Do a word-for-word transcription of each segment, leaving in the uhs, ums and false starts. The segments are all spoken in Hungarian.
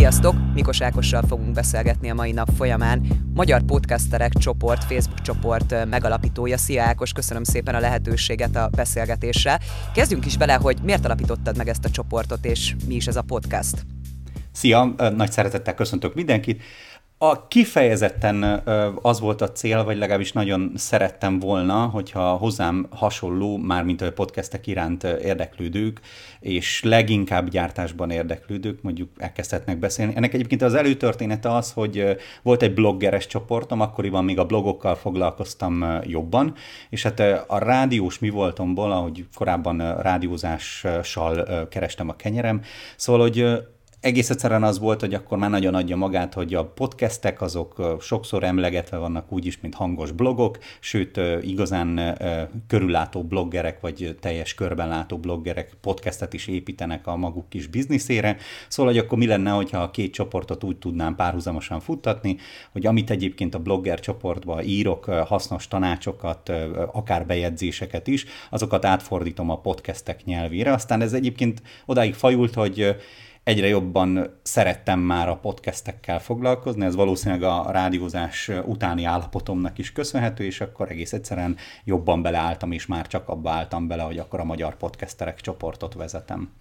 Sziasztok! Mikos Ákossal fogunk beszélgetni a mai nap folyamán. Magyar Podcasterek csoport, Facebook csoport megalapítója. Szia Ákos, köszönöm szépen a lehetőséget a beszélgetésre. Kezdjünk is bele, hogy miért alapítottad meg ezt a csoportot, és mi is ez a podcast? Szia! Nagy szeretettel köszöntök mindenkit! A kifejezetten az volt a cél, vagy legalábbis nagyon szerettem volna, hogyha hozzám hasonló, mármint a podcastek iránt érdeklődők, és leginkább gyártásban érdeklődők, mondjuk elkezdhetnek beszélni. Ennek egyébként az előtörténete az, hogy volt egy bloggeres csoportom, akkoriban még a blogokkal foglalkoztam jobban, és hát a rádiós mi voltomból, ahogy korábban rádiózással kerestem a kenyerem, szóval, hogy egész egyszerűen az volt, hogy akkor már nagyon adja magát, hogy a podcastek azok sokszor emlegetve vannak úgyis, mint hangos blogok, sőt igazán körüllátó bloggerek, vagy teljes körben látó bloggerek podcastet is építenek a maguk kis bizniszére. Szóval, hogy akkor mi lenne, hogyha a két csoportot úgy tudnám párhuzamosan futtatni, hogy amit egyébként a blogger csoportba írok, hasznos tanácsokat, akár bejegyzéseket is, azokat átfordítom a podcastek nyelvére. Aztán ez egyébként odáig fajult, hogy egyre jobban szerettem már a podcastekkel foglalkozni, ez valószínűleg a rádiózás utáni állapotomnak is köszönhető, és akkor egész egyszerűen jobban beleálltam, és már csak abba álltam bele, hogy akkor a Magyar Podcasterek csoportot vezetem.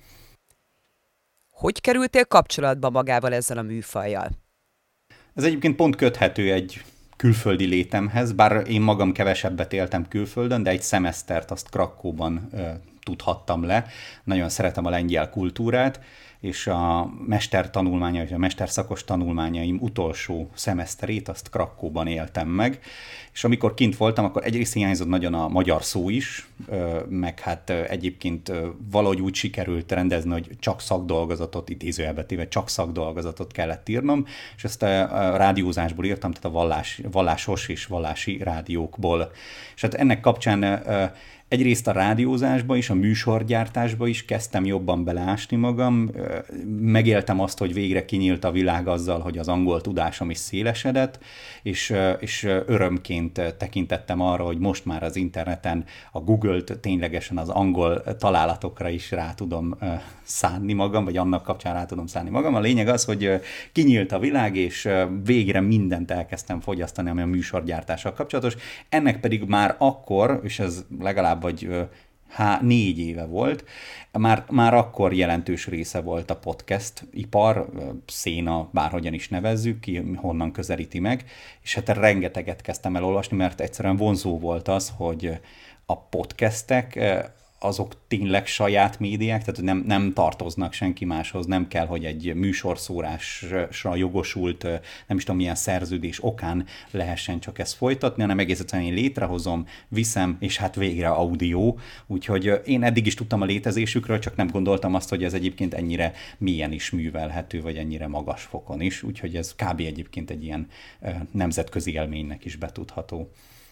Hogy kerültél kapcsolatba magával ezzel a műfajjal? Ez egyébként pont köthető egy külföldi létemhez, bár én magam kevesebbet éltem külföldön, de egy szemesztert azt Krakkóban ö, tudhattam le. Nagyon szeretem a lengyel kultúrát, és a mestertanulmánya, vagy a mesterszakos tanulmányaim utolsó szemeszterét azt Krakkóban éltem meg, és amikor kint voltam, akkor egyrészt hiányzott nagyon a magyar szó is, meg hát egyébként valahogy úgy sikerült rendezni, hogy csak szakdolgozatot, idézőjelbe téve csak szakdolgozatot kellett írnom, és ezt a rádiózásból írtam, tehát a vallás, vallásos és vallási rádiókból. És hát ennek kapcsán egyrészt a rádiózásba is, a műsorgyártásba is kezdtem jobban beleásni magam. Megéltem azt, hogy végre kinyílt a világ azzal, hogy az angol tudásom is szélesedett, és, és örömként tekintettem arra, hogy most már az interneten a Google-t ténylegesen az angol találatokra is rá tudom szánni magam, vagy annak kapcsán rá tudom szánni magam. A lényeg az, hogy kinyílt a világ, és végre mindent elkezdtem fogyasztani, ami a műsorgyártással kapcsolatos. Ennek pedig már akkor, és ez legalább vagy há, négy éve volt, már, már akkor jelentős része volt a podcast ipar, széna, bárhogyan is nevezzük ki, honnan közelíti meg, és hát rengeteget kezdtem el olvasni, mert egyszerűen vonzó volt az, hogy a podcastek azok tényleg saját médiák, tehát nem, nem tartoznak senki máshoz, nem kell, hogy egy műsorszórásra jogosult, nem is tudom milyen szerződés okán lehessen csak ezt folytatni, hanem egész egyszerűen én létrehozom, viszem, és hát végre audio, úgyhogy én eddig is tudtam a létezésükről, csak nem gondoltam azt, hogy ez egyébként ennyire mélyen is művelhető, vagy ennyire magas fokon is, úgyhogy ez kb. Egyébként egy ilyen nemzetközi élménynek is betudható.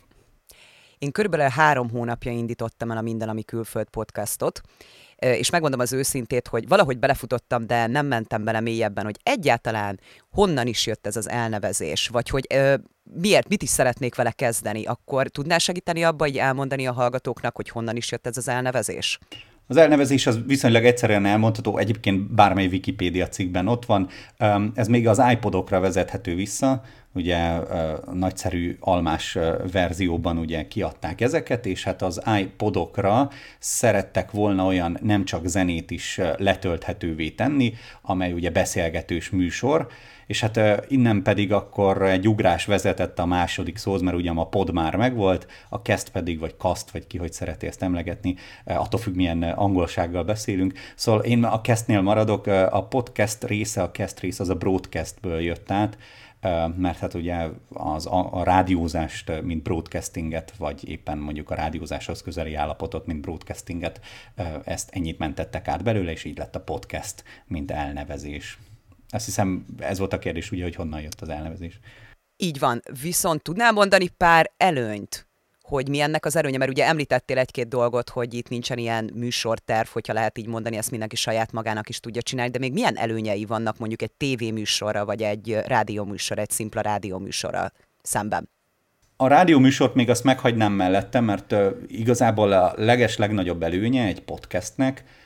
Én körülbelül három hónapja indítottam el a Minden, ami külföld podcastot, és megmondom az őszintét, hogy valahogy belefutottam, de nem mentem bele mélyebben, hogy egyáltalán honnan is jött ez az elnevezés, vagy hogy ö, miért, mit is szeretnék vele kezdeni, akkor tudnál segíteni abba, hogy elmondani a hallgatóknak, hogy honnan is jött ez az elnevezés? Az elnevezés az viszonylag egyszerűen elmondható, egyébként bármely Wikipédia cikkben ott van. Ez még az iPodokra vezethető vissza, ugye nagyszerű almás verzióban ugye kiadták ezeket, és hát az iPodokra szerettek volna olyan nem csak zenét is letölthetővé tenni, amely ugye beszélgetős műsor, és hát innen pedig akkor egy ugrás vezetett a második szóhoz, mert ugye a pod már megvolt, a cast pedig, vagy cast, vagy ki hogy szereti ezt emlegetni, attól függ, milyen angolsággal beszélünk. Szóval én a castnél maradok, a podcast része, a cast része az a broadcastből jött át, mert hát ugye az, a, a rádiózást, mint broadcastinget, vagy éppen mondjuk a rádiózáshoz közeli állapotot, mint broadcastinget, ezt ennyit mentettek át belőle, és így lett a podcast, mint elnevezés. Azt hiszem, ez volt a kérdés, ugye, hogy honnan jött az elnevezés. Így van, viszont tudnál mondani pár előnyt, hogy mi ennek az előnye, mert ugye említettél egy-két dolgot, hogy itt nincsen ilyen műsorterv, hogyha lehet így mondani, ezt mindenki saját magának is tudja csinálni, de még milyen előnyei vannak mondjuk egy tévéműsorra, vagy egy rádióműsorra, egy szimpla rádióműsorra szemben? A rádióműsort még azt meghagynám mellettem, mert uh, igazából a leges legnagyobb előnye egy podcastnek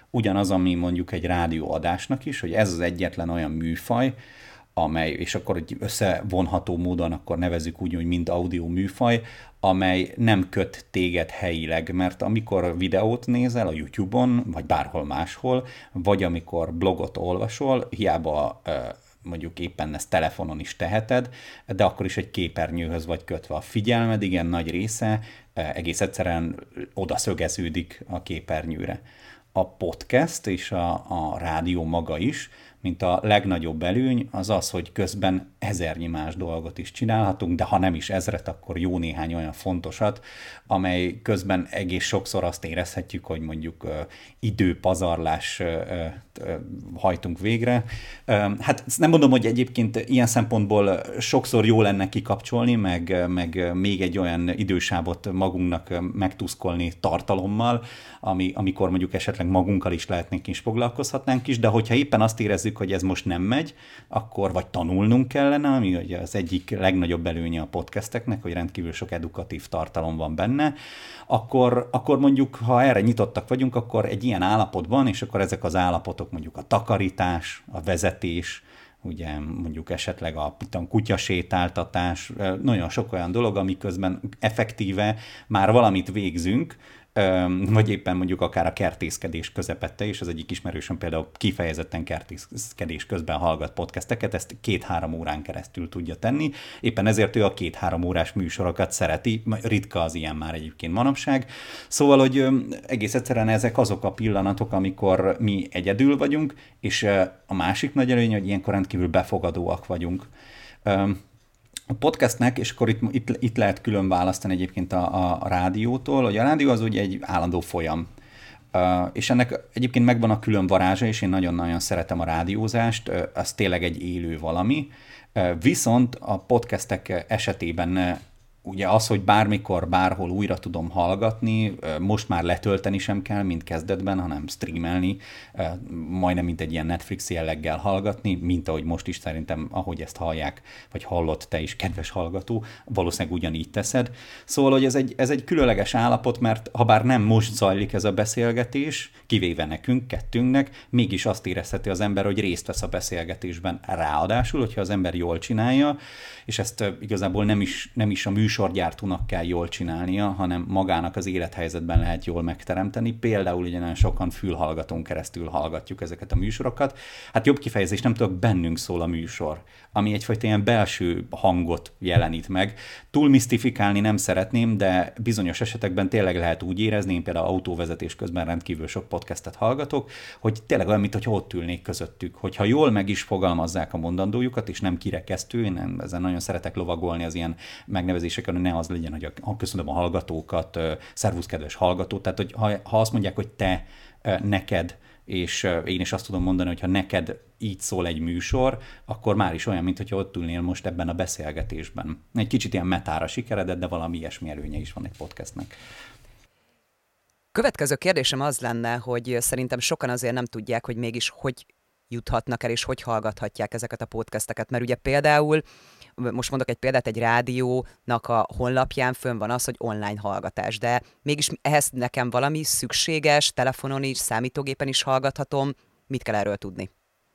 ugyanaz, ami mondjuk egy rádióadásnak is, hogy ez az egyetlen olyan műfaj, amely, és akkor egy összevonható módon akkor nevezzük úgy, hogy mind audio műfaj, amely nem köt téged helyileg, mert amikor videót nézel a YouTube-on, vagy bárhol máshol, vagy amikor blogot olvasol, hiába mondjuk éppen ezt telefonon is teheted, de akkor is egy képernyőhöz vagy kötve. A figyelmed igen nagy része egész egyszerűen odaszögeződik a képernyőre. A podcast és a, a rádió maga is, mint a legnagyobb előny, az az, hogy közben ezernyi más dolgot is csinálhatunk, de ha nem is ezret, akkor jó néhány olyan fontosat, amely közben egész sokszor azt érezhetjük, hogy mondjuk uh, időpazarlás uh, uh, hajtunk végre. Uh, hát nem mondom, hogy egyébként ilyen szempontból sokszor jó lenne kikapcsolni, meg, meg még egy olyan idősávot magunknak megtuszkolni tartalommal, ami, amikor mondjuk esetleg magunkkal is lehetnénk is foglalkozhatnánk is, de hogyha éppen azt érezzük, hogy ez most nem megy, akkor vagy tanulnunk kellene, ami ugye az egyik legnagyobb előnye a podcasteknek, hogy rendkívül sok edukatív tartalom van benne, akkor, akkor mondjuk, ha erre nyitottak vagyunk, akkor egy ilyen állapotban, és akkor ezek az állapotok mondjuk a takarítás, a vezetés, ugye mondjuk esetleg a, a kutyasétáltatás, nagyon sok olyan dolog, ami közben effektíve már valamit végzünk, vagy éppen mondjuk akár a kertészkedés közepette, és az egyik ismerősöm például kifejezetten kertészkedés közben hallgat podcasteket, ezt két-három órán keresztül tudja tenni, éppen ezért ő a két-három órás műsorokat szereti, ritka az ilyen már egyébként manapság. Szóval, hogy egész egyszerűen ezek azok a pillanatok, amikor mi egyedül vagyunk, és a másik nagy előny, hogy ilyenkor rendkívül befogadóak vagyunk. A podcastnek, és akkor itt, itt, itt lehet külön választani egyébként a, a rádiótól, hogy a rádió az ugye egy állandó folyam. Uh, és ennek egyébként megvan a külön varázsa, és én nagyon-nagyon szeretem a rádiózást, uh, az tényleg egy élő valami. Uh, viszont a podcastek esetében uh, ugye az, hogy bármikor, bárhol újra tudom hallgatni, most már letölteni sem kell, mint kezdetben, hanem streamelni, majdnem mint egy ilyen Netflix jelleggel hallgatni, mint ahogy most is szerintem, ahogy ezt hallják, vagy hallott te is, kedves hallgató, valószínűleg ugyanígy teszed. Szóval, hogy ez egy, ez egy különleges állapot, mert ha bár nem most zajlik ez a beszélgetés, kivéve nekünk, kettőnknek, mégis azt érezheti az ember, hogy részt vesz a beszélgetésben. Ráadásul, hogyha az ember jól csinálja, és ezt igazából nem is, nem is a műsorgyártónak kell jól csinálnia, hanem magának az élethelyzetben lehet jól megteremteni. Például ugye nagyon sokan fülhallgatón keresztül hallgatjuk ezeket a műsorokat. Hát jobb kifejezés, nem tudok, bennünk szól a műsor, ami egyfajta ilyen belső hangot jelenít meg. Túl misztifikálni nem szeretném, de bizonyos esetekben tényleg lehet úgy érezni, én például autóvezetés közben rendkívül sok podcastet hallgatok, hogy tényleg olyan, mintha ott ülnék közöttük. Hogyha jól meg is fogalmazzák a mondandójukat, és nem kirekesztő, én nem, ezen nagyon szeretek lovagolni az ilyen megnevezéseken, hogy ne az legyen, hogy a, köszönöm a hallgatókat, szervusz kedves hallgató, tehát hogy ha, ha azt mondják, hogy te, neked, és én is azt tudom mondani, hogy ha neked így szól egy műsor, akkor már is olyan, mintha ott ülnél most ebben a beszélgetésben. Egy kicsit ilyen metára sikeredett, de valami ilyesmi előnye is van egy podcastnek. Következő kérdésem az lenne, hogy szerintem sokan azért nem tudják, hogy mégis hogy juthatnak el, és hogy hallgathatják ezeket a podcasteket. Mert ugye például, most mondok egy példát, egy rádiónak a honlapján fönn van az, hogy online hallgatás, de mégis ehhez nekem valami szükséges, telefonon is, számítógépen is hallgathatom. Mit kell erről tudni?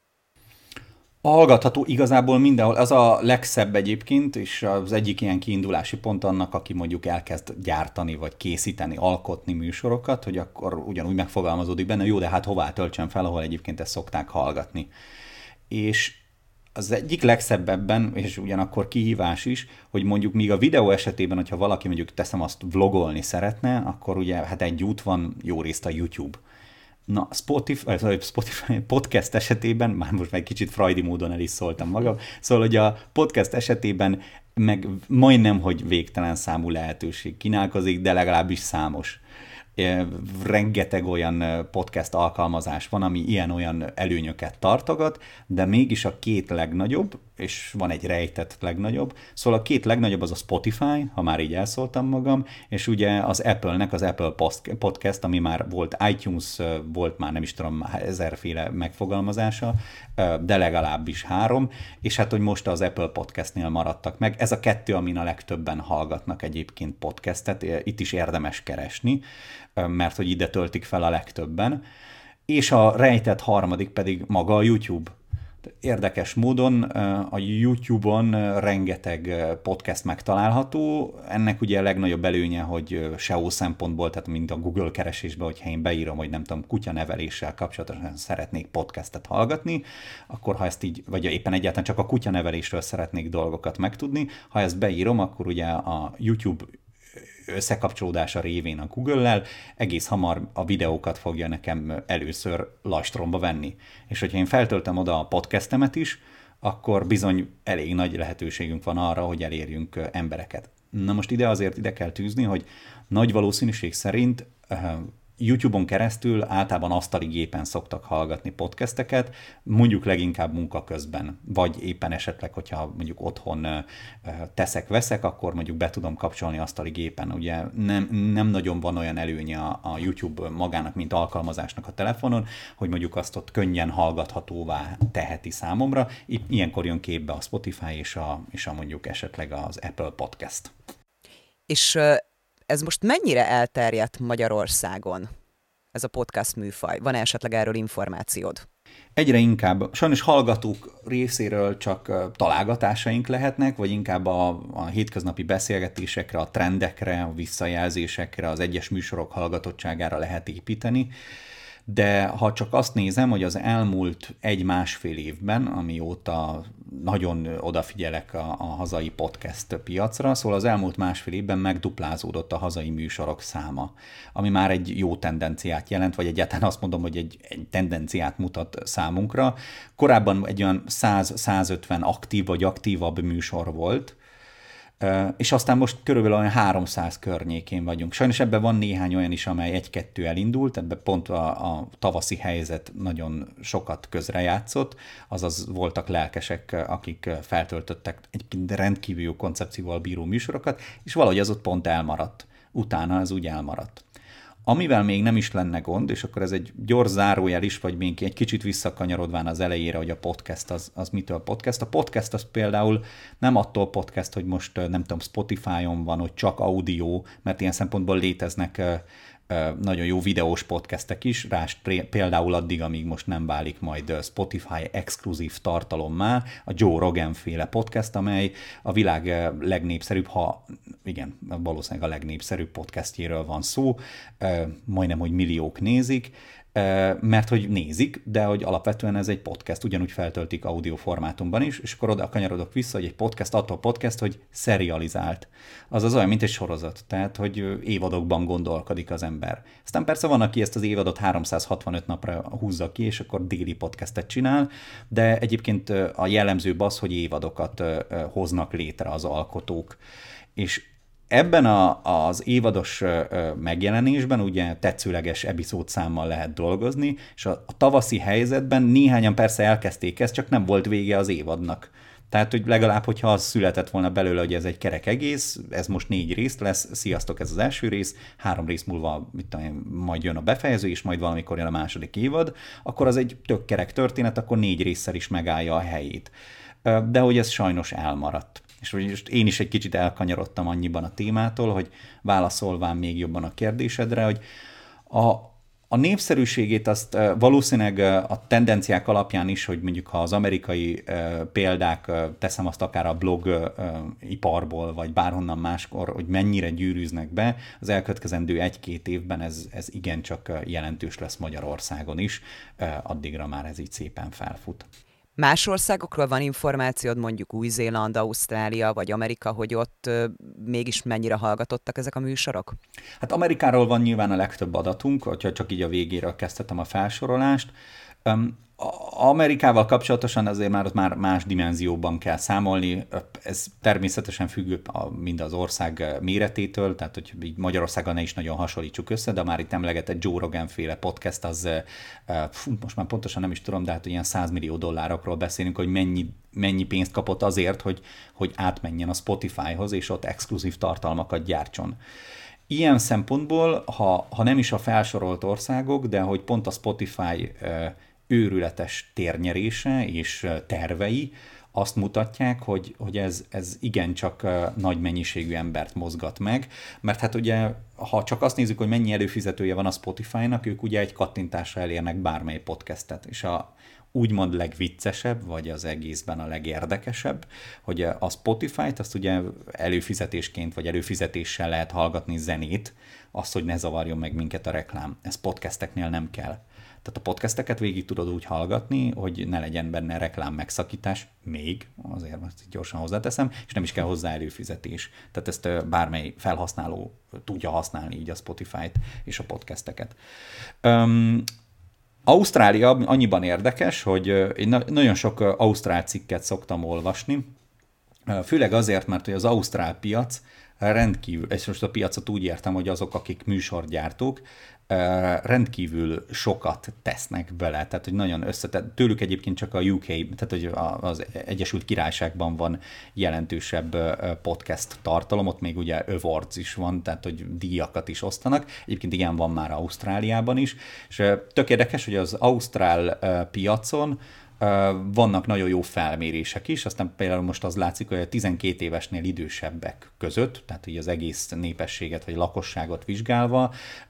Hallgatható igazából mindenhol. Az a legszebb egyébként, és az egyik ilyen kiindulási pont annak, aki mondjuk elkezd gyártani, vagy készíteni, alkotni műsorokat, hogy akkor ugyanúgy megfogalmazódik benne, jó, de hát hová töltsem fel, ahol egyébként ezt szokták hallgatni. És az egyik legszebb ebben, és ugyanakkor kihívás is, hogy mondjuk míg a videó esetében, hogyha valaki mondjuk teszem azt vlogolni szeretne, akkor ugye hát egy út van, jó részt a YouTube. Na, Spotify, Spotify podcast esetében, már most már egy kicsit freudi módon el is szóltam magam, szóval, hogy a podcast esetében meg majdnem, hogy végtelen számú lehetőség kínálkozik, de legalábbis számos. Rengeteg olyan podcast alkalmazás van, ami ilyen-olyan előnyöket tartogat, de mégis a két legnagyobb, és van egy rejtett legnagyobb, szóval a két legnagyobb az a Spotify, ha már így elszóltam magam, és ugye az Apple-nek az Apple Podcast, ami már volt iTunes, volt már nem is tudom, ezerféle megfogalmazása, de legalábbis három, és hát, hogy most az Apple Podcastnél maradtak meg. Ez a kettő, amin a legtöbben hallgatnak egyébként podcastet, itt is érdemes keresni, mert hogy ide töltik fel a legtöbben. És a rejtett harmadik pedig maga a YouTube. Érdekes módon a YouTube-on rengeteg podcast megtalálható. Ennek ugye a legnagyobb előnye, hogy es e o szempontból, tehát mint a Google keresésben, hogyha én beírom, hogy nem tudom, kutyaneveléssel kapcsolatosan szeretnék podcastet hallgatni, akkor ha ezt így, vagy éppen egyáltalán csak a kutyanevelésről szeretnék dolgokat megtudni, ha ezt beírom, akkor ugye a YouTube összekapcsolódása révén a Google-lel egész hamar a videókat fogja nekem először lajstromba venni. És hogyha én feltöltöm oda a podcastemet is, akkor bizony elég nagy lehetőségünk van arra, hogy elérjünk embereket. Na most ide azért ide kell tűzni, hogy nagy valószínűség szerint YouTube-on keresztül általában asztali gépen szoktak hallgatni podcasteket, mondjuk leginkább munka közben, vagy éppen esetleg, hogyha mondjuk otthon teszek-veszek, akkor mondjuk be tudom kapcsolni asztali gépen. Ugye nem, nem nagyon van olyan előnye a, a YouTube magának, mint alkalmazásnak a telefonon, hogy mondjuk azt ott könnyen hallgathatóvá teheti számomra. Ilyenkor jön képbe a Spotify és a, és a mondjuk esetleg az Apple Podcast. És ez most mennyire elterjedt Magyarországon, ez a podcast műfaj? Van-e esetleg erről információd? Egyre inkább. Sajnos hallgatók részéről csak találgatásaink lehetnek, vagy inkább a, a hétköznapi beszélgetésekre, a trendekre, a visszajelzésekre, az egyes műsorok hallgatottságára lehet építeni. De ha csak azt nézem, hogy az elmúlt egy-másfél évben, amióta nagyon odafigyelek a, a hazai podcast piacra, szóval az elmúlt másfél évben megduplázódott a hazai műsorok száma, ami már egy jó tendenciát jelent, vagy egyáltalán azt mondom, hogy egy, egy tendenciát mutat számunkra. Korábban egy olyan száz-százötven aktív vagy aktívabb műsor volt, és aztán most körülbelül olyan háromszáz környékén vagyunk. Sajnos ebben van néhány olyan is, amely egy-kettő elindult, ebben pont a, a tavaszi helyzet nagyon sokat közrejátszott, azaz voltak lelkesek, akik feltöltöttek egy rendkívül jó koncepcióval bíró műsorokat, és valahogy az ott pont elmaradt. Utána ez úgy elmaradt. Amivel még nem is lenne gond, és akkor ez egy gyors zárójel is, vagy még egy kicsit visszakanyarodván az elejére, hogy a podcast az, az mitől podcast. A podcast az például nem attól podcast, hogy most nem tudom, Spotify-on van, hogy csak audio, mert ilyen szempontból léteznek nagyon jó videós podcastek is, rás például addig, amíg most nem válik majd Spotify exkluzív tartalommá, a Joe Rogan féle podcast, amely a világ legnépszerűbb, ha igen, valószínűleg a legnépszerűbb podcastjéről van szó, majdnem, hogy milliók nézik, mert hogy nézik, de hogy alapvetően ez egy podcast, ugyanúgy feltöltik audio formátumban is, és akkor oda kanyarodok vissza, hogy egy podcast attól podcast, hogy serializált. Azaz olyan, mint egy sorozat, tehát hogy évadokban gondolkodik az ember. Aztán persze van, aki ezt az évadot háromszázhatvanöt napra húzza ki, és akkor déli podcastet csinál, de egyébként a jellemzőbb az, hogy évadokat hoznak létre az alkotók. És ebben a, az évados megjelenésben ugye tetszőleges epizódszámmal lehet dolgozni, és a, a tavaszi helyzetben néhányan persze elkezdték ezt, csak nem volt vége az évadnak. Tehát, hogy legalább, hogyha az született volna belőle, hogy ez egy kerek egész, ez most négy részt lesz, sziasztok, ez az első rész, három rész múlva mit tudom, majd jön a befejező, és majd valamikor jön a második évad, akkor az egy tök kerek történet, akkor négy résszel is megállja a helyét. De hogy ez sajnos elmaradt. És most én is egy kicsit elkanyarodtam annyiban a témától, hogy válaszolván még jobban a kérdésedre, hogy a, a népszerűségét azt valószínűleg a tendenciák alapján is, hogy mondjuk ha az amerikai példák, teszem azt akár a blog iparból, vagy bárhonnan máskor, hogy mennyire gyűrűznek be, az elkövetkezendő egy-két évben ez, ez igencsak jelentős lesz Magyarországon is, addigra már ez így szépen felfut. Más országokról van információd, mondjuk Új-Zéland, Ausztrália vagy Amerika, hogy ott ö, mégis mennyire hallgatottak ezek a műsorok? Hát Amerikáról van nyilván a legtöbb adatunk, hogyha csak így a végére kezdhetem a felsorolást. Um, Amerikával kapcsolatosan azért már ott már más dimenzióban kell számolni. Ez természetesen függ mind az ország méretétől, tehát hogy így Magyarországgal ne is nagyon hasonlítsuk össze, de már itt emlegetett Joe Rogan féle podcast, az fú, most már pontosan nem is tudom, de hát ilyen száz millió dollárokról beszélünk, hogy mennyi, mennyi pénzt kapott azért, hogy, hogy átmenjen a Spotifyhoz, és ott exkluzív tartalmakat gyártson. Ilyen szempontból, ha, ha nem is a felsorolt országok, de hogy pont a Spotify őrületes térnyerése és tervei, azt mutatják, hogy, hogy ez, ez igencsak nagy mennyiségű embert mozgat meg, mert hát ugye, ha csak azt nézzük, hogy mennyi előfizetője van a Spotify-nak, ők ugye egy kattintásra elérnek bármely podcastet, és a úgymond legviccesebb, vagy az egészben a legérdekesebb, hogy a Spotify-t azt ugye előfizetésként, vagy előfizetéssel lehet hallgatni zenét, azt, hogy ne zavarjon meg minket a reklám. Ez podcasteknél nem kell. Tehát a podcasteket végig tudod úgy hallgatni, hogy ne legyen benne reklám megszakítás, még, azért most gyorsan hozzáteszem, és nem is kell hozzá előfizetés. Tehát ezt bármely felhasználó tudja használni így a Spotify-t és a podcasteket. Um, Ausztrália annyiban érdekes, hogy én nagyon sok ausztrál cikket szoktam olvasni, főleg azért, mert hogy az ausztrál piac rendkívül, és most a piacot úgy értem, hogy azok, akik műsorgyártók, rendkívül sokat tesznek bele, tehát hogy nagyon összetett. Tőlük egyébként csak a U K, tehát hogy az Egyesült Királyságban van jelentősebb podcast tartalom, ott még ugye awards is van, tehát hogy díjakat is osztanak. Egyébként igen, van már Ausztráliában is, és tök érdekes, hogy az ausztrál piacon vannak nagyon jó felmérések is, aztán például most az látszik, hogy a tizenkét évesnél idősebbek között, tehát hogy az egész népességet vagy lakosságot vizsgálva,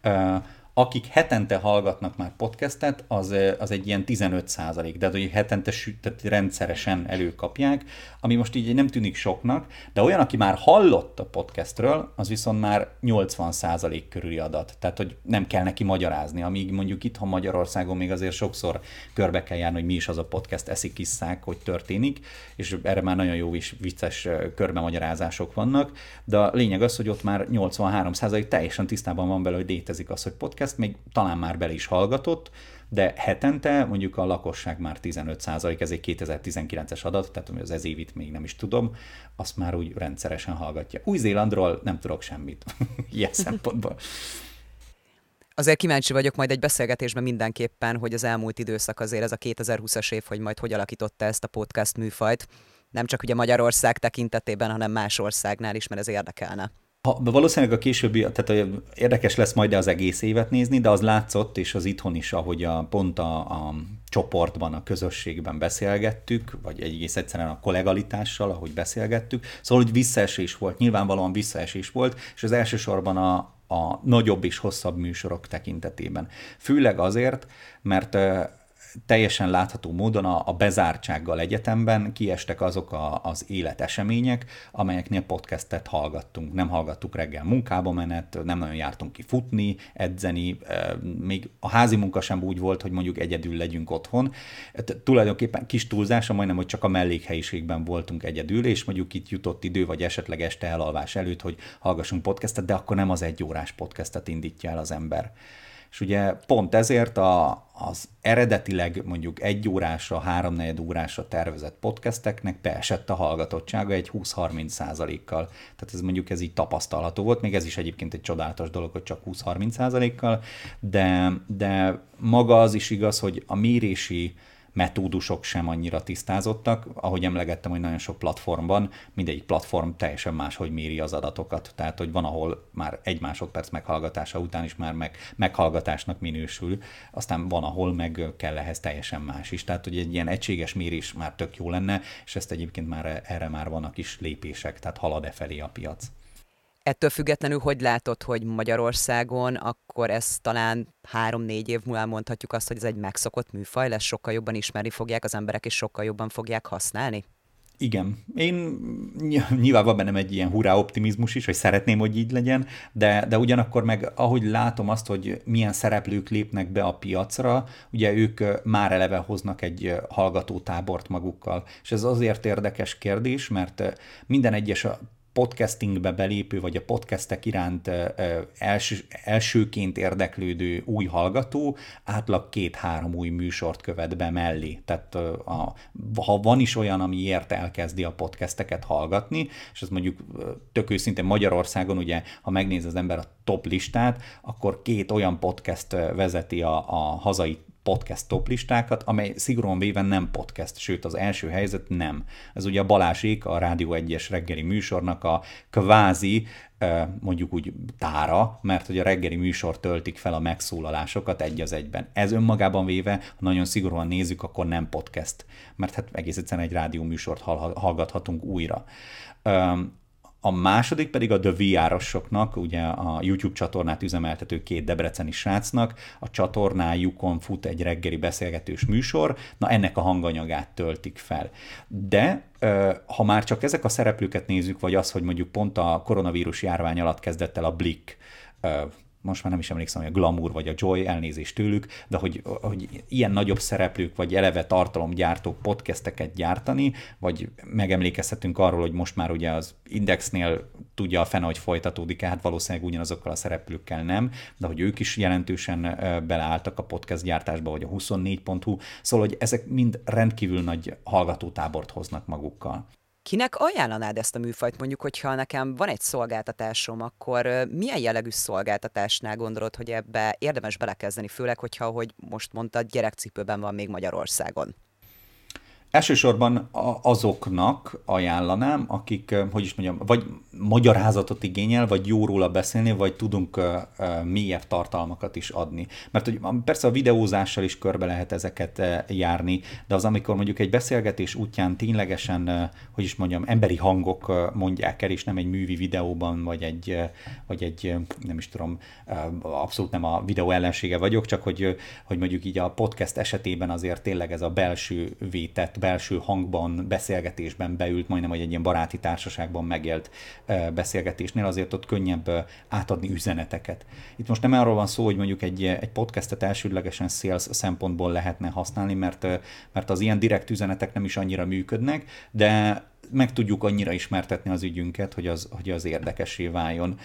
akik hetente hallgatnak már podcastet, az, az egy ilyen tizenöt százalék, de hogy hetente tehát rendszeresen előkapják, ami most így nem tűnik soknak, de olyan, aki már hallott a podcastről, az viszont már nyolcvan százalék körüli adat. Tehát, hogy nem kell neki magyarázni, amíg mondjuk itthon Magyarországon még azért sokszor körbe kell járni, hogy mi is az a podcast, eszik, isszák, hogy történik, és erre már nagyon jó és vicces körbemagyarázások vannak, de a lényeg az, hogy ott már nyolcvanhárom százalék teljesen tisztában van bele, hogy létezik az, hogy podcast, még talán már bele is hallgatott, de hetente mondjuk a lakosság már tizenöt százalék, ez egy kétezer-tizenkilences adat, tehát az ez évit még nem is tudom, azt már úgy rendszeresen hallgatja. Új-Zélandról nem tudok semmit ilyen szempontból. Azért kíváncsi vagyok majd egy beszélgetésben mindenképpen, hogy az elmúlt időszak azért ez a kétezer-húszas év, hogy majd hogy alakította ezt a podcast műfajt, nem csak ugye Magyarország tekintetében, hanem más országnál is, mert ez érdekelne. Ha, valószínűleg a későbbi, tehát érdekes lesz majd az egész évet nézni, de az látszott, és az itthon is, ahogy a, pont a, a csoportban, a közösségben beszélgettük, vagy egész egyszerűen a kollegalitással, ahogy beszélgettük, szóval, hogy visszaesés volt, nyilvánvalóan visszaesés volt, és az elsősorban a, a nagyobb és hosszabb műsorok tekintetében. Főleg azért, mert teljesen látható módon a, a bezártsággal egyetemben kiestek azok a, az életesemények, amelyeknél podcastet hallgattunk. Nem hallgattuk reggel munkába menet, nem nagyon jártunk ki futni, edzeni, még a házi munka sem úgy volt, hogy mondjuk egyedül legyünk otthon. Tulajdonképpen kis túlzása, majdnem, hogy csak a mellékhelyiségben voltunk egyedül, és mondjuk itt jutott idő, vagy esetleg este elalvás előtt, hogy hallgassunk podcastet, de akkor nem az egy órás podcastet indítja el az ember. És ugye pont ezért a, az eredetileg mondjuk egy órásra, háromnegyed órásra tervezett podcasteknek beesett a hallgatottsága egy húsz-harminc százalékkal. Tehát ez mondjuk ez így tapasztalható volt, még ez is egyébként egy csodálatos dolog, hogy csak húsz-harminc százalékkal, de, de maga az is igaz, hogy a mérési metódusok sem annyira tisztázottak, ahogy emlegettem, hogy nagyon sok platformban, mindegyik platform teljesen máshogy méri az adatokat, tehát hogy van, ahol már egy másodperc meghallgatása után is már meg, meghallgatásnak minősül, aztán van, ahol meg kell ehhez teljesen más is, tehát hogy egy ilyen egységes mérés már tök jó lenne, és ezt egyébként már erre már vannak is lépések, tehát halad e felé a piac. Ettől függetlenül, hogy látod, hogy Magyarországon akkor ez talán három-négy év múlva mondhatjuk azt, hogy ez egy megszokott műfaj lesz, sokkal jobban ismerni fogják az emberek, és sokkal jobban fogják használni? Igen. Én nyilván van bennem egy ilyen hurrá optimizmus is, hogy szeretném, hogy így legyen, de, de ugyanakkor meg ahogy látom azt, hogy milyen szereplők lépnek be a piacra, ugye ők már eleve hoznak egy hallgatótábort magukkal. És ez azért érdekes kérdés, mert minden egyes podcastingbe belépő, vagy a podcastek iránt első, elsőként érdeklődő új hallgató átlag két-három új műsort követ be mellé. Tehát a, ha van is olyan, amiért elkezdi a podcasteket hallgatni, és ez mondjuk tök őszintén Magyarországon, ugye, ha megnéz az ember a top listát, akkor két olyan podcast vezeti a, a hazai podcast toplistákat, amely szigorúan véve nem podcast, sőt az első helyzet nem. Ez ugye a Balázsék, a Rádió egyes reggeli műsornak a kvázi, mondjuk úgy tára, mert hogy a reggeli műsor töltik fel a megszólalásokat egy az egyben. Ez önmagában véve, ha nagyon szigorúan nézzük, akkor nem podcast, mert hát egész egyszerűen egy rádió műsort hallgathatunk újra. A második pedig a The vé er-osoknak, ugye a YouTube csatornát üzemeltető két debreceni srácnak, a csatornájukon fut egy reggeli beszélgetős műsor, na ennek a hanganyagát töltik fel. De ha már csak ezek a szereplőket nézzük, vagy az, hogy mondjuk pont a koronavírus járvány alatt kezdett el a Blick, most már nem is emlékszem, hogy a Glamour vagy a Joy, elnézést tőlük, de hogy, hogy ilyen nagyobb szereplők, vagy eleve tartalomgyártók podcasteket gyártani, vagy megemlékezhetünk arról, hogy most már ugye az Indexnél tudja a fene, hogy folytatódik, hát valószínűleg ugyanazokkal a szereplőkkel nem, de hogy ők is jelentősen beleálltak a podcast gyártásba, vagy a huszonnégy pont hu, szóval, hogy ezek mind rendkívül nagy hallgatótábort hoznak magukkal. Kinek ajánlanád ezt a műfajt? Mondjuk, hogyha nekem van egy szolgáltatásom, akkor milyen jellegű szolgáltatásnál gondolod, hogy ebbe érdemes belekezdeni, főleg, hogyha, ahogy most mondtad, gyerekcipőben van még Magyarországon? Elsősorban azoknak ajánlanám, akik, hogy is mondjam, vagy magyarázatot igényel, vagy jó róla beszélni, vagy tudunk mélyebb tartalmakat is adni. Mert hogy persze a videózással is körbe lehet ezeket járni, de az, amikor mondjuk egy beszélgetés útján ténylegesen, hogy is mondjam, emberi hangok mondják el, és nem egy művi videóban, vagy egy, vagy egy nem is tudom, abszolút nem a videó ellensége vagyok, csak hogy, hogy mondjuk így a podcast esetében azért tényleg ez a belső vétett, belső hangban, beszélgetésben beült, majdnem, hogy egy ilyen baráti társaságban megélt beszélgetésnél, azért ott könnyebb átadni üzeneteket. Itt most nem arról van szó, hogy mondjuk egy, egy podcastet elsődlegesen sales szempontból lehetne használni, mert, mert az ilyen direkt üzenetek nem is annyira működnek, de meg tudjuk annyira ismertetni az ügyünket, hogy az, hogy az érdekessé váljon.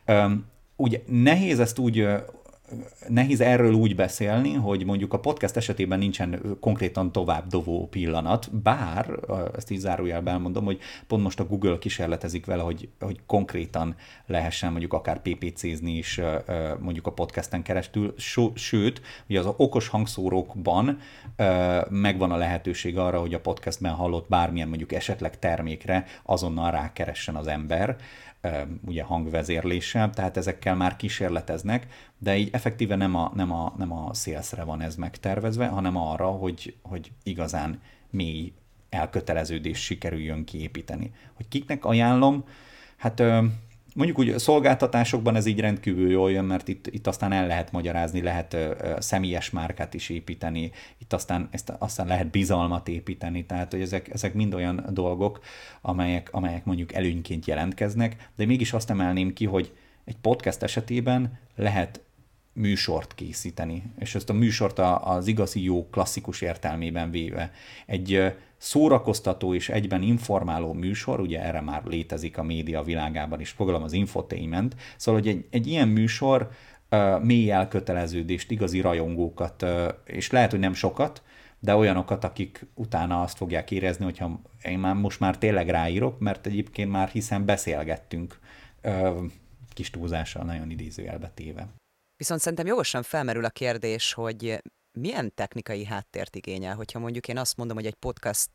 Ugye nehéz ezt úgy Nehéz erről úgy beszélni, hogy mondjuk a podcast esetében nincsen konkrétan továbbdobó pillanat, bár, ezt így zárójelben elmondom, hogy pont most a Google kísérletezik vele, hogy, hogy konkrétan lehessen mondjuk akár pé pé cézni is mondjuk a podcasten keresztül, sőt, ugye az okos hangszórókban megvan a lehetőség arra, hogy a podcastben hallott bármilyen mondjuk esetleg termékre azonnal rákeressen az ember, ugye hangvezérléssel, tehát ezekkel már kísérleteznek, de így effektíve nem a, nem a, nem a salesre van ez megtervezve, hanem arra, hogy, hogy igazán mély elköteleződést sikerüljön kiépíteni. Hogy kiknek ajánlom, hát mondjuk úgy szolgáltatásokban ez így rendkívül jól jön, mert itt, itt aztán el lehet magyarázni, lehet ö, személyes márkát is építeni, itt aztán, ezt, aztán lehet bizalmat építeni, tehát hogy ezek, ezek mind olyan dolgok, amelyek, amelyek mondjuk előnyként jelentkeznek, de mégis azt emelném ki, hogy egy podcast esetében lehet műsort készíteni, és ezt a műsort az igazi jó klasszikus értelmében véve egy szórakoztató és egyben informáló műsor, ugye erre már létezik a média világában is, fogalom az infotainment, szóval, hogy egy, egy ilyen műsor uh, mély elköteleződést, igazi rajongókat, uh, és lehet, hogy nem sokat, de olyanokat, akik utána azt fogják érezni, hogyha én már most már tényleg ráírok, mert egyébként már hiszen beszélgettünk, uh, kis túlzással, nagyon idézőjelbe téve. Viszont szerintem jogosan felmerül a kérdés, hogy milyen technikai háttért igényel, hogyha mondjuk én azt mondom, hogy egy podcast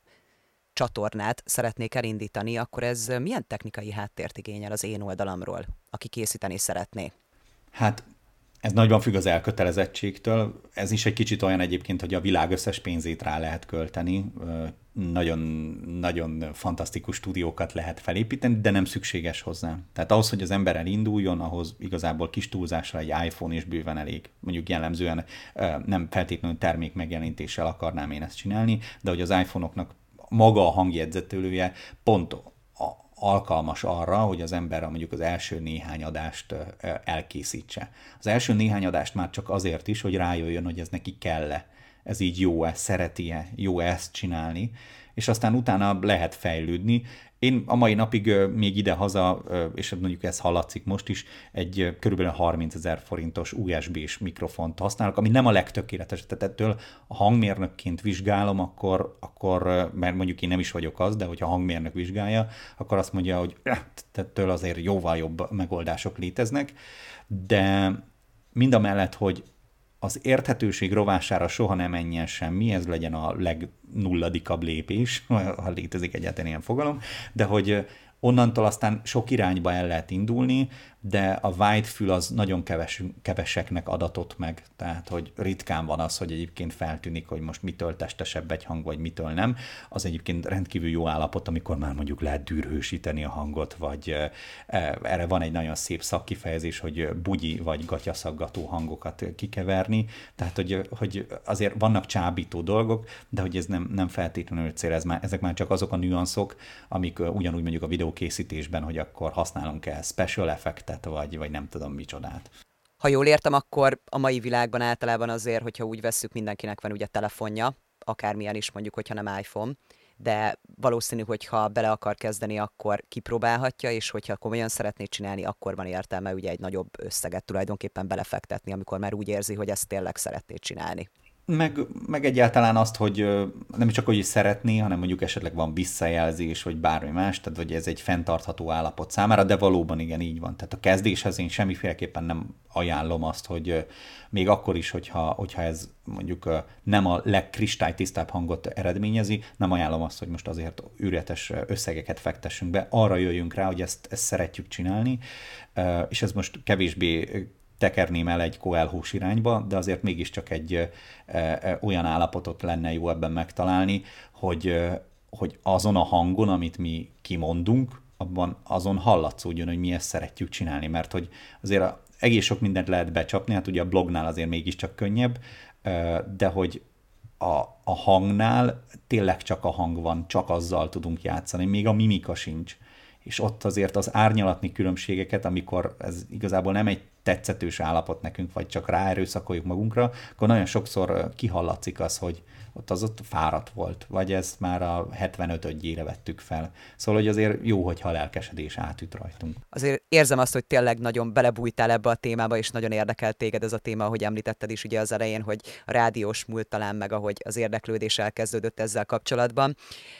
csatornát szeretnék elindítani, akkor ez milyen technikai háttért igényel az én oldalamról, aki készíteni szeretné? Hát ez nagyban függ az elkötelezettségtől. Ez is egy kicsit olyan egyébként, hogy a világ összes pénzét rá lehet költeni. Nagyon, nagyon fantasztikus stúdiókat lehet felépíteni, de nem szükséges hozzá. Tehát ahhoz, hogy az ember elinduljon, ahhoz igazából kis túlzásra egy iPhone is bőven elég. Mondjuk jellemzően nem feltétlenül termék megjelenítéssel akarnám én ezt csinálni, de hogy az iPhone-oknak maga a hangjegyzetőlője pont alkalmas arra, hogy az ember mondjuk az első néhány adást elkészítse. Az első néhány adást már csak azért is, hogy rájöjjön, hogy ez neki kell-e, ez így jó-e, szereti-e, jó-e ezt csinálni, és aztán utána lehet fejlődni. Én a mai napig még ide-haza, és mondjuk ez hallatszik most is, egy körülbelül harmincezer forintos u es bé-s mikrofont használok, ami nem a legtökéletes. Tehát ettől a hangmérnökként vizsgálom, akkor, akkor, mert mondjuk én nem is vagyok az, de hogyha a hangmérnök vizsgálja, akkor azt mondja, hogy ettől azért jóval jobb megoldások léteznek, de mind a mellett, hogy az érthetőség rovására soha nem menjen semmi, ez legyen a legnulladikabb lépés, ha létezik egyáltalán ilyen fogalom, de hogy onnantól aztán sok irányba el lehet indulni, de a Whitefül az nagyon keves, keveseknek adatott meg, tehát hogy ritkán van az, hogy egyébként feltűnik, hogy most mitől testesebb egy hang, vagy mitől nem. Az egyébként rendkívül jó állapot, amikor már mondjuk lehet dűrhősíteni a hangot, vagy erre van egy nagyon szép szakkifejezés, hogy bugyi vagy gatyaszaggató hangokat kikeverni, tehát hogy, hogy azért vannak csábító dolgok, de hogy ez nem, nem feltétlenül cél, ez már, ezek már csak azok a nüanszok, amik ugyanúgy mondjuk a videókészítésben, hogy akkor használunk-e special effectet, vagy, vagy nem tudom micsodát. Ha jól értem, akkor a mai világban általában azért, hogyha úgy vesszük, mindenkinek van ugye telefonja, akármilyen is mondjuk, hogyha nem iPhone, de valószínű, hogyha bele akar kezdeni, akkor kipróbálhatja, és hogyha komolyan szeretné csinálni, akkor van értelme ugye egy nagyobb összeget tulajdonképpen belefektetni, amikor már úgy érzi, hogy ezt tényleg szeretné csinálni. Meg, meg egyáltalán azt, hogy nem csak hogy szeretné, hanem mondjuk esetleg van visszajelzés, vagy bármi más, tehát hogy ez egy fenntartható állapot számára, de valóban igen, így van. Tehát a kezdéshez én semmiféleképpen nem ajánlom azt, hogy még akkor is, hogyha, hogyha ez mondjuk nem a legkristálytisztább hangot eredményezi, nem ajánlom azt, hogy most azért üretes összegeket fektessünk be, arra jöjjünk rá, hogy ezt, ezt szeretjük csinálni, és ez most kevésbé tekerném el egy koelhós irányba, de azért mégiscsak egy e, e, olyan állapotot lenne jó ebben megtalálni, hogy, e, hogy azon a hangon, amit mi kimondunk, abban azon hallatszódjon, hogy mi ezt szeretjük csinálni, mert hogy azért a, egész sok mindent lehet becsapni, hát ugye a blognál azért mégiscsak könnyebb, e, de hogy a, a hangnál tényleg csak a hang van, csak azzal tudunk játszani, még a mimika sincs. És ott azért az árnyalatni különbségeket, amikor ez igazából nem egy tetszetős állapot nekünk, vagy csak ráerőszakoljuk magunkra, akkor nagyon sokszor kihallatszik az, hogy ott az ott fáradt volt, vagy ezt már a hetvenötödjére vettük fel. Szóval, hogy azért jó, hogyha a lelkesedés átüt rajtunk. Azért érzem azt, hogy tényleg nagyon belebújtál ebbe a témába, és nagyon érdekel téged ez a téma, ahogy említetted is ugye az elején, hogy a rádiós múlt talán meg, ahogy az érdeklődés elkezdődött ezzel kapcsolatban.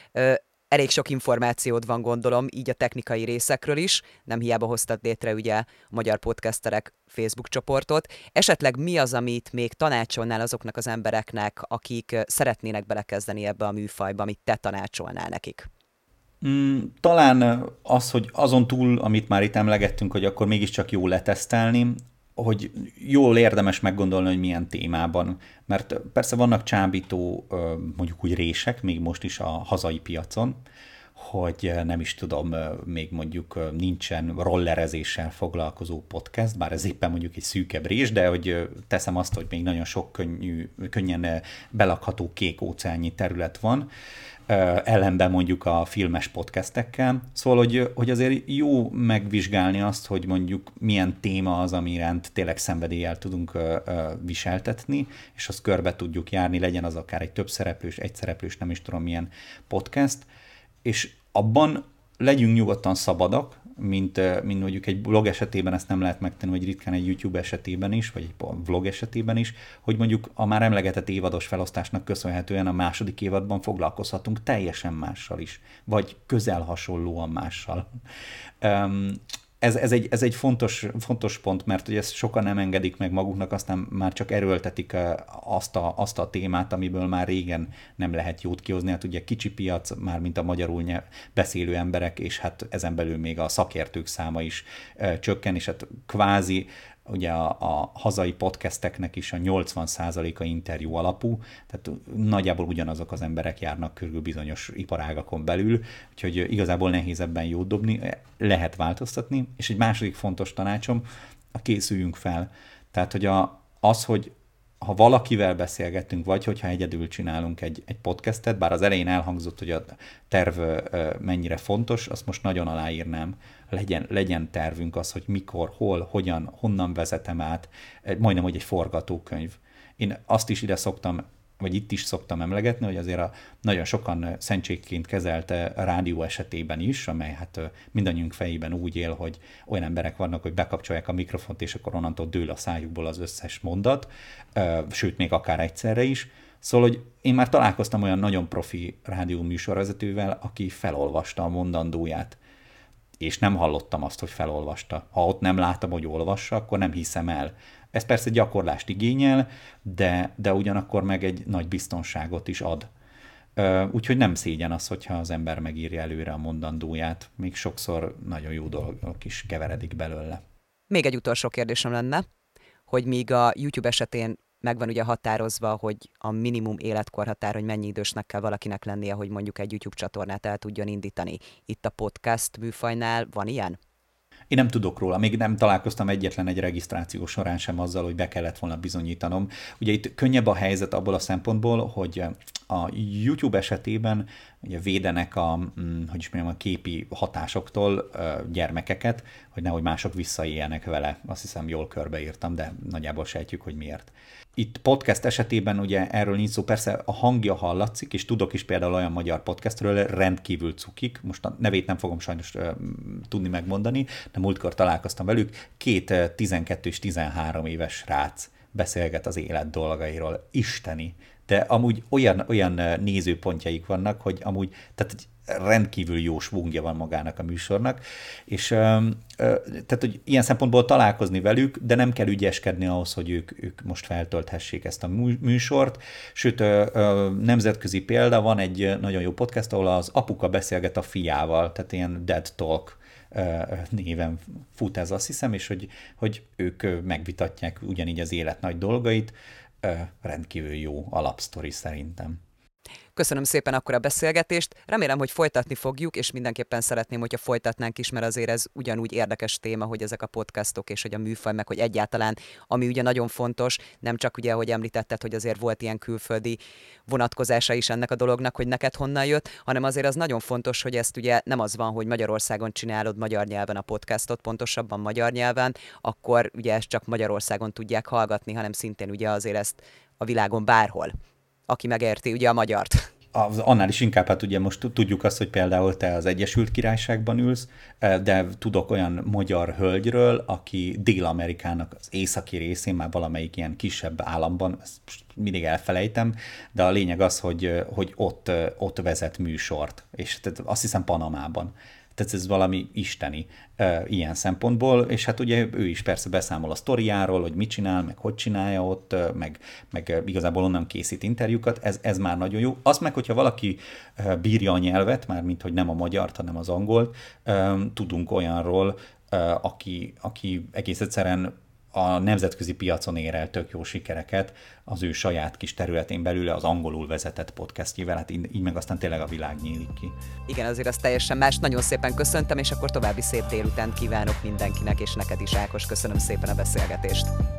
Elég sok információd van, gondolom, így a technikai részekről is. Nem hiába hoztad létre ugye a Magyar Podcasterek Facebook csoportot. Esetleg mi az, amit még tanácsolnál azoknak az embereknek, akik szeretnének belekezdeni ebbe a műfajba, amit te tanácsolnál nekik? Mm, talán az, hogy azon túl, amit már itt emlegettünk, hogy akkor mégiscsak jó letesztelni, hogy jól érdemes meggondolni, hogy milyen témában. Mert persze vannak csábító, mondjuk úgy rések, még most is a hazai piacon, hogy nem is tudom, még mondjuk nincsen rollerezéssel foglalkozó podcast, bár ez éppen mondjuk egy szűkebb rés, de hogy teszem azt, hogy még nagyon sok könnyű, könnyen belakható kék óceánnyi terület van, ellenben mondjuk a filmes podcastekkel. Szóval, hogy, hogy azért jó megvizsgálni azt, hogy mondjuk milyen téma az, ami iránt tényleg szenvedéllyel tudunk viseltetni, és azt körbe tudjuk járni, legyen az akár egy többszereplős, egyszereplős, nem is tudom milyen podcast, és abban legyünk nyugodtan szabadak, mint, mint mondjuk egy blog esetében ezt nem lehet megtenni, vagy ritkán egy YouTube esetében is, vagy egy vlog esetében is, hogy mondjuk a már emlegetett évados felosztásnak köszönhetően a második évadban foglalkozhatunk teljesen mással is, vagy közel hasonlóan mással. Um, Ez, ez, egy, ez egy fontos, fontos pont, mert hogy ezt sokan nem engedik meg maguknak, aztán már csak erőltetik azt a, azt a témát, amiből már régen nem lehet jót kihozni. Hát ugye kicsi piac, már mint a magyarul nyelv, beszélő emberek, és hát ezen belül még a szakértők száma is e, csökken, és hát kvázi ugye a, a hazai podcasteknek is a nyolcvan százaléka interjú alapú, tehát nagyjából ugyanazok az emberek járnak körül bizonyos iparágakon belül, úgyhogy igazából nehéz ebben jót dobni, lehet változtatni, és egy második fontos tanácsom, a készüljünk fel. Tehát, hogy a, az, hogy ha valakivel beszélgetünk, vagy hogyha egyedül csinálunk egy, egy podcastet, bár az elején elhangzott, hogy a terv mennyire fontos, azt most nagyon aláírnám, legyen, legyen tervünk az, hogy mikor, hol, hogyan, honnan vezetem át, majdnem, hogy egy forgatókönyv. Én azt is ide szoktam, vagy itt is szoktam emlegetni, hogy azért a nagyon sokan szentségként kezelte a rádió esetében is, amely hát mindannyiunk fejében úgy él, hogy olyan emberek vannak, hogy bekapcsolják a mikrofont, és akkor onnantól dől a szájukból az összes mondat, sőt, még akár egyszerre is. Szóval, hogy én már találkoztam olyan nagyon profi rádió műsorvezetővel, aki felolvasta a mondandóját. és nem hallottam azt, hogy felolvasta. Ha ott nem látom, hogy olvassa, akkor nem hiszem el. Ez persze gyakorlást igényel, de, de ugyanakkor meg egy nagy biztonságot is ad. Úgyhogy nem szégyen az, hogyha az ember megírja előre a mondandóját. Még sokszor nagyon jó dolgok is keveredik belőle. Még egy utolsó kérdésem lenne, hogy míg a YouTube esetén megvan ugye határozva, hogy a minimum életkorhatár, hogy mennyi idősnek kell valakinek lennie, hogy mondjuk egy YouTube csatornát el tudjon indítani. Itt a podcast műfajnál van ilyen? Én nem tudok róla, még nem találkoztam egyetlen egy regisztráció során sem azzal, hogy be kellett volna bizonyítanom. Ugye itt könnyebb a helyzet abból a szempontból, hogy a YouTube esetében ugye védenek a, hogy is mondjam, a képi hatásoktól gyermekeket, hogy nehogy mások visszaéljenek vele. Azt hiszem, jól körbeírtam, de nagyjából sejtjük, hogy miért. Itt podcast esetében ugye erről nincs szó, persze a hangja hallatszik, és tudok is például olyan magyar podcastről, rendkívül cukik, most a nevét nem fogom sajnos uh, tudni megmondani, de múltkor találkoztam velük, két uh, tizenkettő és tizenhárom éves srác beszélget az élet dolgairól, isteni. De amúgy olyan, olyan nézőpontjaik vannak, hogy amúgy, tehát rendkívül jó svungja van magának a műsornak, és tehát, hogy ilyen szempontból találkozni velük, de nem kell ügyeskedni ahhoz, hogy ők, ők most feltölthessék ezt a műsort, sőt, nemzetközi példa, van egy nagyon jó podcast, ahol az apuka beszélget a fiával, tehát ilyen Dad Talk néven fut ez, azt hiszem, és hogy, hogy ők megvitatják ugyanígy az élet nagy dolgait, rendkívül jó alapsztori szerintem. Köszönöm szépen akkor a beszélgetést, remélem, hogy folytatni fogjuk, és mindenképpen szeretném, hogyha folytatnánk is, mert azért ez ugyanúgy érdekes téma, hogy ezek a podcastok, és hogy a műfaj, meg hogy egyáltalán, ami ugye nagyon fontos, nem csak ugye, ahogy említetted, hogy azért volt ilyen külföldi vonatkozása is ennek a dolognak, hogy neked honnan jött, hanem azért az nagyon fontos, hogy ezt ugye nem az van, hogy Magyarországon csinálod magyar nyelven a podcastot, pontosabban magyar nyelven, akkor ugye ezt csak Magyarországon tudják hallgatni, hanem szintén ugye azért ezt a világon bárhol, aki megérti ugye a magyart. Az, annál is inkább, hát ugye most tudjuk azt, hogy például te az Egyesült Királyságban ülsz, de tudok olyan magyar hölgyről, aki Dél-Amerikának az északi részén, már valamelyik ilyen kisebb államban, ezt mindig elfelejtem, de a lényeg az, hogy, hogy ott, ott vezet műsort, és tehát azt hiszem Panamában. Tehát ez valami isteni e, ilyen szempontból, és hát ugye ő is persze beszámol a sztoriáról, hogy mit csinál, meg hogy csinálja ott, meg, meg igazából onnan készít interjúkat, ez, ez már nagyon jó. Azt meg, hogyha valaki bírja a nyelvet, már mint hogy nem a magyart, hanem az angolt, e, tudunk olyanról, e, aki, aki egész egyszerűen a nemzetközi piacon ér el tök jó sikereket az ő saját kis területén belül az angolul vezetett podcastjével, hát így, így meg aztán tényleg a világ nyílik ki. Igen, azért az teljesen más. Nagyon szépen köszöntem, és akkor további szép délutánt kívánok mindenkinek, és neked is, Ákos. Köszönöm szépen a beszélgetést.